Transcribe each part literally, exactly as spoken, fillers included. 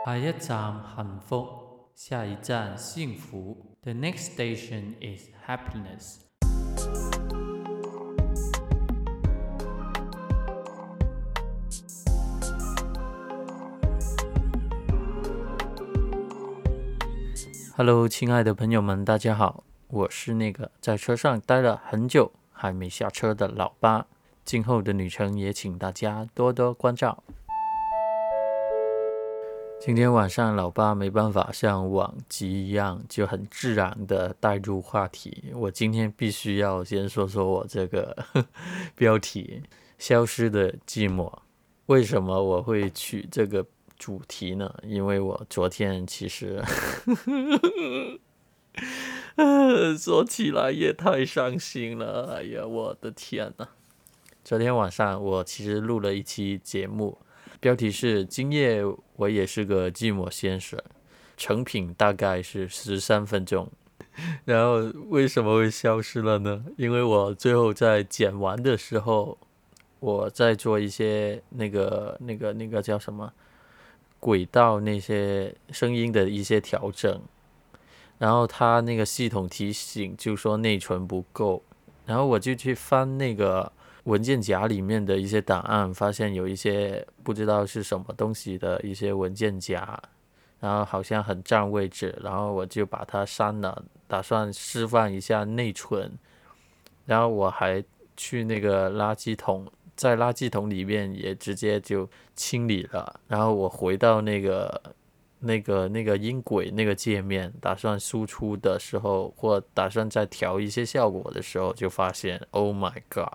下一站幸福，下一站幸福。The next station is happiness. Hello， 亲爱的朋友们，大家好，我是那个在车上待了很久还没下车的老八。今后的旅程也请大家多多关照。今天晚上老八没办法像往集一样就很自然的带入话题，我今天必须要先说说我这个呵标题消失的寂寞。为什么我会取这个主题呢？因为我昨天其实说起来也太伤心了，哎呀我的天哪。昨天晚上我其实录了一期节目，标题是今夜我也是个寂寞先生，成品大概是十三分钟。然后为什么会消失了呢？因为我最后在剪完的时候，我在做一些那个那个那个叫什么轨道那些声音的一些调整，然后它那个系统提醒就说内存不够，然后我就去翻那个文件夹里面的一些档案，发现有一些不知道是什么东西的一些文件夹，然后好像很占位置，然后我就把它删了，打算释放一下内存。然后我还去那个垃圾桶，在垃圾桶里面也直接就清理了，然后我回到那个那个那个音轨那个界面，打算输出的时候，或打算再调一些效果的时候，就发现 Oh my god，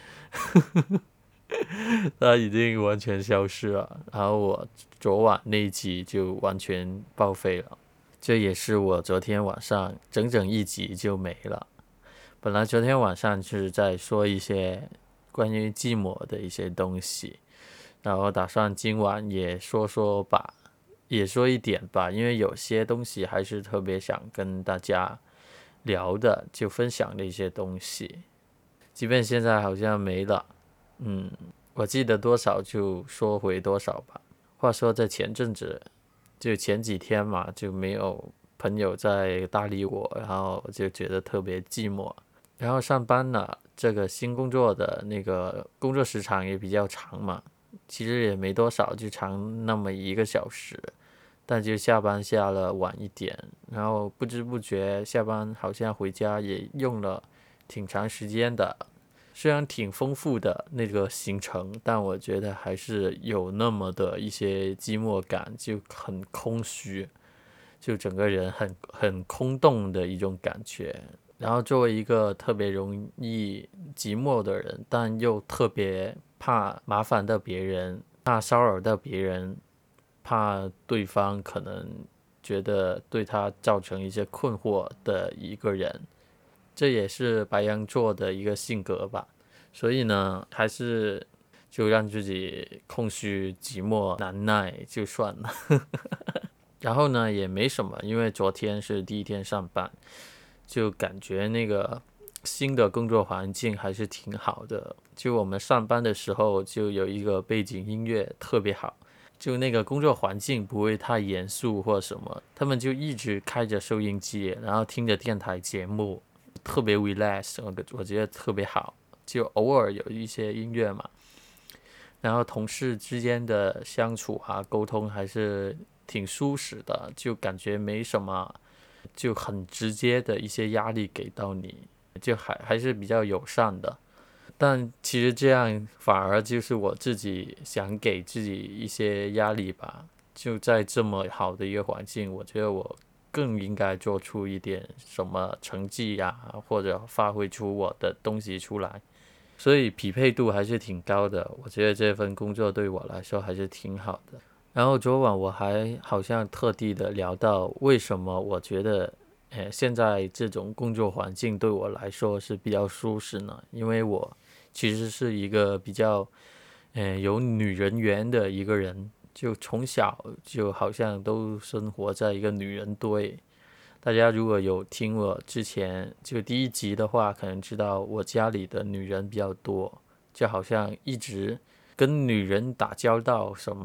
它已经完全消失了。然后我昨晚那一集就完全报废了，这也是我昨天晚上整整一集就没了。本来昨天晚上是在说一些关于寂寞的一些东西，然后打算今晚也说说吧，也说一点吧，因为有些东西还是特别想跟大家聊的，就分享的一些东西，即便现在好像没了，嗯，我记得多少就说回多少吧。话说在前阵子，就前几天嘛，就没有朋友在搭理我，然后我就觉得特别寂寞。然后上班了，这个新工作的那个工作时长也比较长嘛，其实也没多少，就长那么一个小时，但就下班下了晚一点，然后不知不觉下班好像回家也用了挺长时间的。虽然挺丰富的那个行程，但我觉得还是有那么的一些寂寞感，就很空虚，就整个人很很空洞的一种感觉。然后作为一个特别容易寂寞的人，但又特别怕麻烦到别人，怕骚扰到别人，怕对方可能觉得对他造成一些困惑的一个人，这也是白羊座的一个性格吧。所以呢，还是就让自己空虚、寂寞、难耐就算了。然后呢，也没什么，因为昨天是第一天上班。就感觉那个新的工作环境还是挺好的，就我们上班的时候就有一个背景音乐特别好，就那个工作环境不会太严肃或什么，他们就一直开着收音机，然后听着电台节目，特别 relax， 我我觉得特别好，就偶尔有一些音乐嘛，然后同事之间的相处啊沟通还是挺舒适的，就感觉没什么就很直接的一些压力给到你，就还还是比较友善的。但其实这样反而就是我自己想给自己一些压力吧。就在这么好的一个环境，我觉得我更应该做出一点什么成绩呀、啊，或者发挥出我的东西出来。所以匹配度还是挺高的，我觉得这份工作对我来说还是挺好的。然后昨晚我还好像特地的聊到为什么我觉得，呃，现在这种工作环境对我来说是比较舒适呢？因为我其实是一个比较，呃，有女人缘的一个人，就从小就好像都生活在一个女人堆。大家如果有听我之前就第一集的话，可能知道我家里的女人比较多，就好像一直跟女人打交道什么。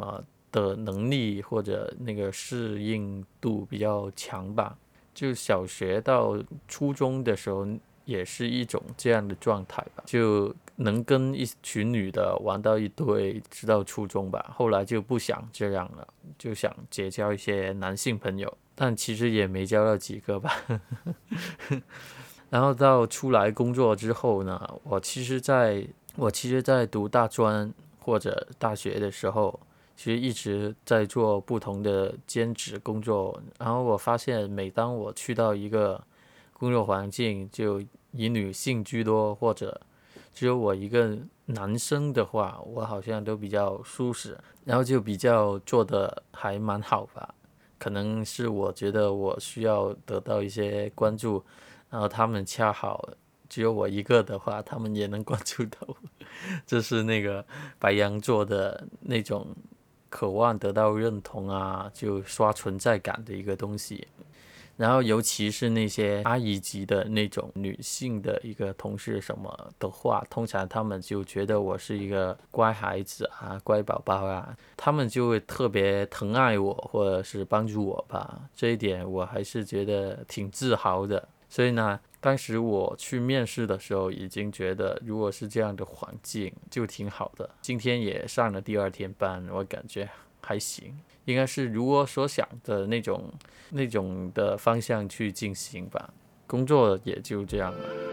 的能力或者那个适应度比较强吧。就小学到初中的时候也是一种这样的状态吧，就能跟一群女的玩到一堆，直到初中吧。后来就不想这样了，就想结交一些男性朋友，但其实也没交到几个吧。然后到出来工作之后呢，我其实在我其实在读大专或者大学的时候，其实一直在做不同的兼职工作。然后我发现每当我去到一个工作环境，就以女性居多，或者只有我一个男生的话，我好像都比较舒适，然后就比较做的还蛮好吧。可能是我觉得我需要得到一些关注，然后他们恰好只有我一个的话，他们也能关注到我。这是那个白羊座的那种渴望得到认同啊，就刷存在感的一个东西。然后尤其是那些阿姨级的那种女性的一个同事什么的话，通常他们就觉得我是一个乖孩子啊，乖宝宝啊，他们就会特别疼爱我，或者是帮助我吧。这一点我还是觉得挺自豪的。所以呢，当时我去面试的时候，已经觉得如果是这样的环境就挺好的。今天也上了第二天班，我感觉还行，应该是如我所想的那种那种的方向去进行吧。工作也就这样了。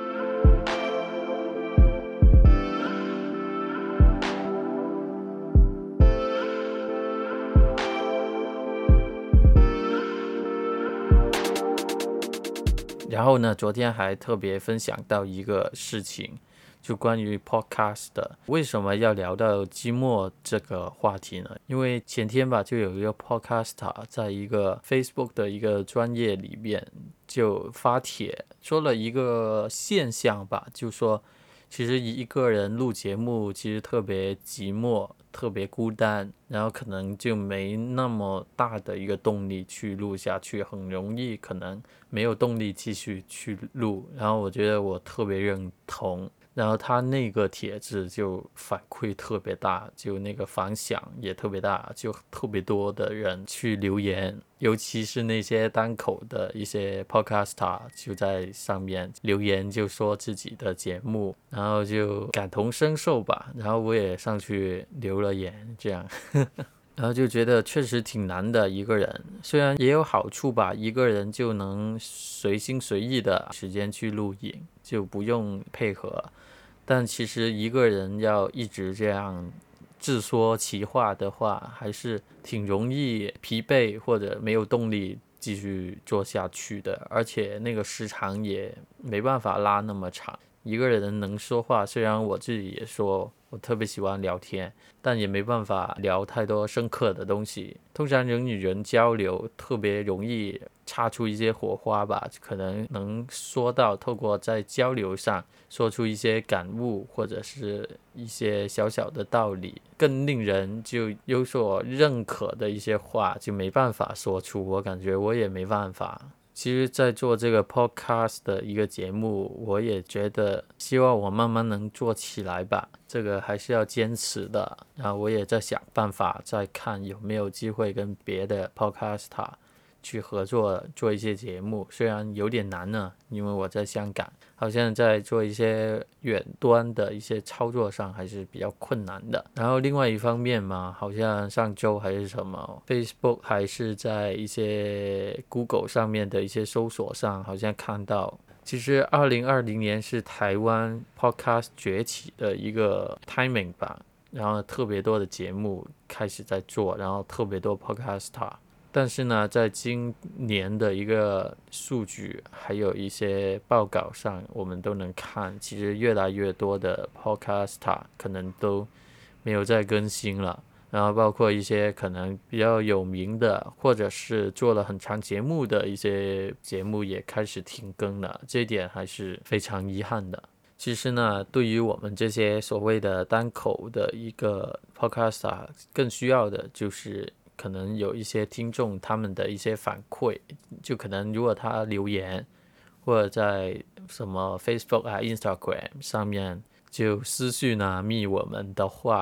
然后呢，昨天还特别分享到一个事情，就关于 podcast 的。为什么要聊到寂寞这个话题呢？因为前天吧，就有一个 podcaster 在一个 Facebook 的一个专页里面就发帖说了一个现象吧，就说其实一个人录节目其实特别寂寞，特别孤单，然后可能就没那么大的一个动力去录下去，很容易可能没有动力继续去录。然后我觉得我特别认同，然后他那个帖子就反馈特别大，就那个反响也特别大，就特别多的人去留言，尤其是那些单口的一些 podcaster 就在上面留言，就说自己的节目，然后就感同身受吧，然后我也上去留了言，这样。然后就觉得确实挺难的，一个人虽然也有好处吧，一个人就能随心随意的时间去录影，就不用配合，但其实一个人要一直这样自说其话的话，还是挺容易疲惫或者没有动力继续做下去的，而且那个时长也没办法拉那么长。一个人能说话，虽然我自己也说我特别喜欢聊天，但也没办法聊太多深刻的东西。通常人与人交流特别容易擦出一些火花吧，可能能说到透过在交流上说出一些感悟，或者是一些小小的道理，更令人就有所认可的一些话就没办法说出，我感觉我也没办法。其实在做这个 podcast 的一个节目，我也觉得希望我慢慢能做起来吧，这个还是要坚持的。然后我也在想办法，再看有没有机会跟别的 podcaster 去合作做一些节目，虽然有点难呢，因为我在香港，好像在做一些远端的一些操作上还是比较困难的。然后另外一方面嘛，好像上周还是什么 Facebook 还是在一些 Google 上面的一些搜索上，好像看到其实二零二零年是台湾 podcast 崛起的一个 timing 吧，然后特别多的节目开始在做，然后特别多 podcaster。但是呢，在今年的一个数据还有一些报告上，我们都能看，其实越来越多的 podcaster 可能都没有再更新了，然后包括一些可能比较有名的，或者是做了很长节目的一些节目也开始停更了，这一点还是非常遗憾的。其实呢，对于我们这些所谓的单口的一个 podcaster， 更需要的就是可能有一些听众他们的一些反馈，就可能如果他留言或者在什么 Facebook 啊 Instagram 上面就私讯啊密我们的话，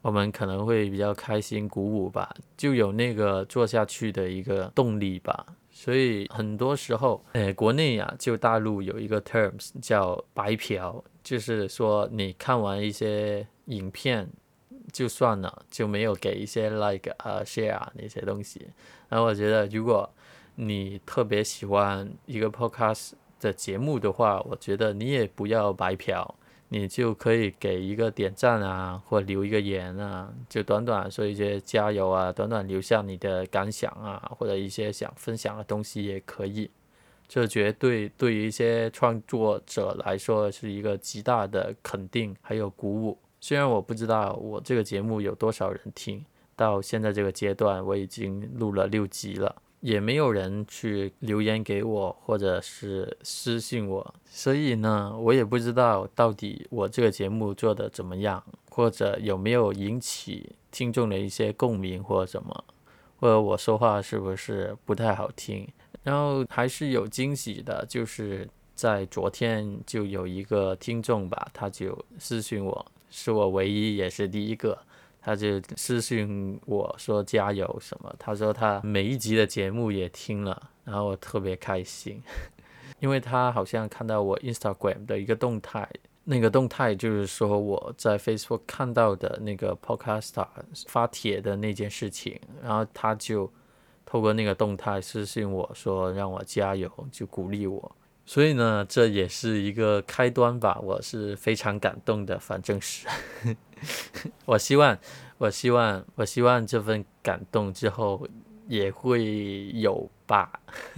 我们可能会比较开心鼓舞吧，就有那个做下去的一个动力吧。所以很多时候，呃，国内啊，就大陆有一个 terms 叫白嫖，就是说你看完一些影片就算了，就没有给一些 like 啊、uh, share 那些东西。然后我觉得，如果你特别喜欢一个 podcast 的节目的话，我觉得你也不要白嫖，你就可以给一个点赞啊，或留一个言啊，就短短说一些加油啊，短短留下你的感想啊，或者一些想分享的东西也可以。这绝对对于一些创作者来说是一个极大的肯定还有鼓舞。虽然我不知道我这个节目有多少人听，到现在这个阶段我已经录了六集了，也没有人去留言给我或者是私信我，所以呢，我也不知道到底我这个节目做的怎么样，或者有没有引起听众的一些共鸣或者什么，或者我说话是不是不太好听。然后还是有惊喜的，就是在昨天就有一个听众吧，他就私信我，是我唯一也是第一个，他就私信我说加油什么，他说他每一集的节目也听了，然后我特别开心，因为他好像看到我 Instagram 的一个动态，那个动态就是说我在 Facebook 看到的那个 Podcaster 发帖的那件事情，然后他就透过那个动态私信我说让我加油，就鼓励我。所以呢，这也是一个开端吧，我是非常感动的，反正是我希望我希望我希望这份感动之后也会有吧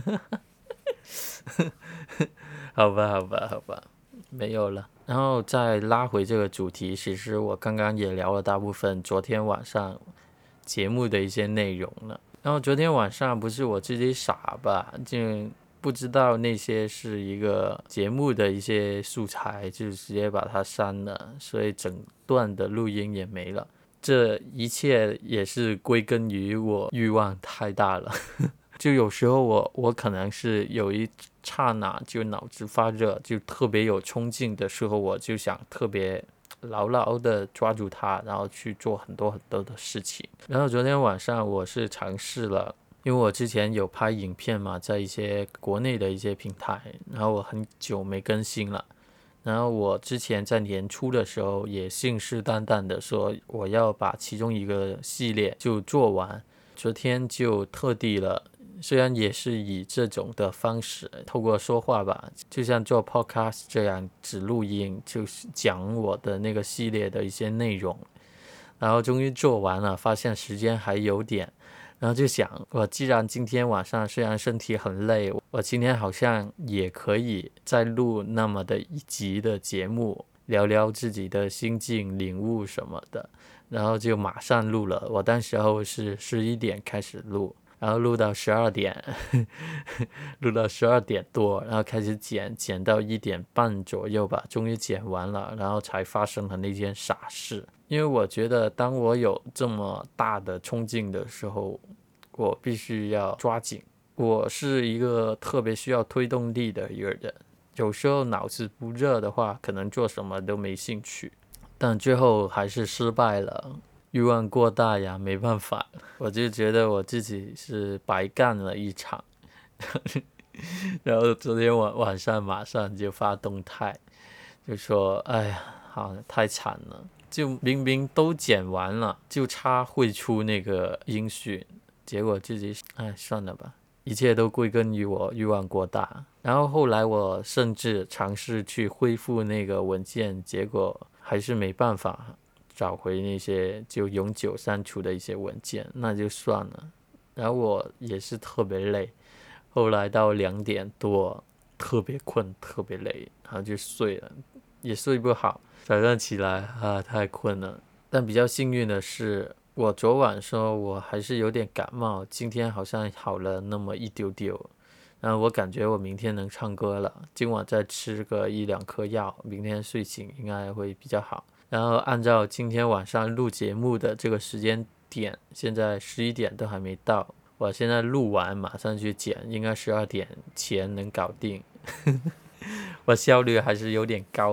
好吧好吧好吧，没有了。然后再拉回这个主题，其实我刚刚也聊了大部分昨天晚上节目的一些内容了。然后昨天晚上不是我自己傻吧，就不知道那些是一个节目的一些素材，就直接把它删了，所以整段的录音也没了。这一切也是归根于我欲望太大了就有时候我我可能是有一刹那就脑子发热，就特别有冲劲的时候，我就想特别牢牢的抓住它，然后去做很多很多的事情。然后昨天晚上我是尝试了，因为我之前有拍影片嘛，在一些国内的一些平台，然后我很久没更新了。然后我之前在年初的时候也信誓旦旦的说我要把其中一个系列就做完，昨天就特地了，虽然也是以这种的方式透过说话吧，就像做 podcast 这样只录音，就是讲我的那个系列的一些内容，然后终于做完了，发现时间还有点，然后就想我既然今天晚上虽然身体很累，我今天好像也可以再录那么的一集的节目，聊聊自己的心境领悟什么的，然后就马上录了。我当时候是十一点开始录，然后录到十二点录到十二点多，然后开始剪，剪到一点半左右吧，终于剪完了，然后才发生了那件傻事。因为我觉得当我有这么大的冲劲的时候，我必须要抓紧。我是一个特别需要推动力的一个人，有时候脑子不热的话，可能做什么都没兴趣，但最后还是失败了。欲望过大呀，没办法，我就觉得我自己是白干了一场然后昨天晚晚上马上就发动态，就说哎呀好太惨了，就明明都剪完了，就差会出那个音讯，结果自己哎算了吧，一切都归根于我欲望过大。然后后来我甚至尝试去恢复那个文件，结果还是没办法找回那些就永久删除的一些文件，那就算了。然后我也是特别累，后来到两点多特别困特别累，然后就睡了，也睡不好，早上起来啊太困了。但比较幸运的是，我昨晚说我还是有点感冒，今天好像好了那么一丢丢，然后我感觉我明天能唱歌了，今晚再吃个一两颗药，明天睡醒应该会比较好。然后按照今天晚上录节目的这个时间点，现在十一点都还没到，我现在录完马上去剪，应该十二点前能搞定我效率还是有点高的。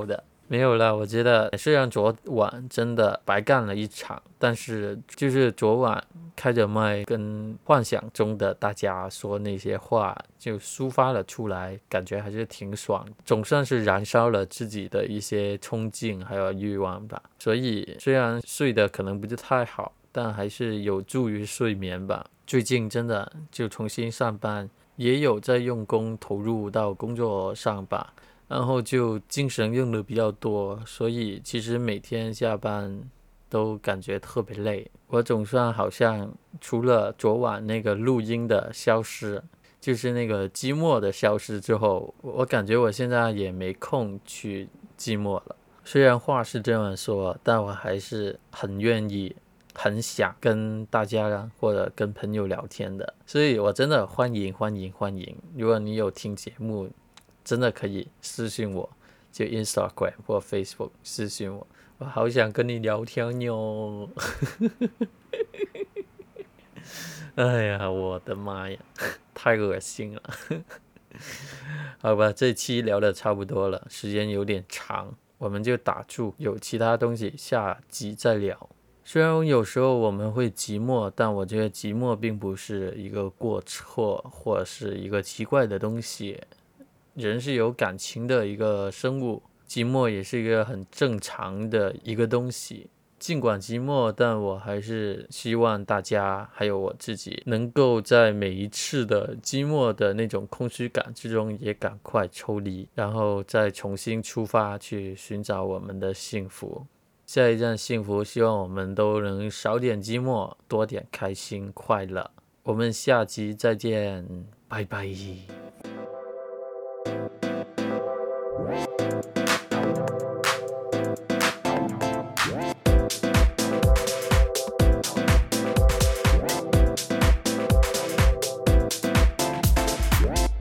没有啦，我觉得虽然昨晚真的白干了一场，但是就是昨晚开着麦跟幻想中的大家说那些话，就抒发了出来，感觉还是挺爽，总算是燃烧了自己的一些冲劲还有欲望吧。所以虽然睡得可能不是太好，但还是有助于睡眠吧。最近真的就重新上班，也有在用功投入到工作上吧。然后就精神用的比较多，所以其实每天下班都感觉特别累。我总算好像除了昨晚那个录音的消失，就是那个寂寞的消失之后，我感觉我现在也没空去寂寞了。虽然话是这样说，但我还是很愿意很想跟大家或者跟朋友聊天的，所以我真的欢迎欢迎欢迎，如果你有听节目，真的可以私信我，就 Instagram 或 Facebook 私信我，我好想跟你聊天哟。哎呀，我的妈呀，太恶心了。好吧，这期聊的差不多了，时间有点长，我们就打住，有其他东西下集再聊。虽然有时候我们会寂寞，但我觉得寂寞并不是一个过错，或者是一个奇怪的东西。人是有感情的一个生物，寂寞也是一个很正常的一个东西。尽管寂寞，但我还是希望大家还有我自己能够在每一次的寂寞的那种空虚感之中也赶快抽离，然后再重新出发去寻找我们的幸福。下一站幸福，希望我们都能少点寂寞，多点开心快乐。我们下集再见，拜拜。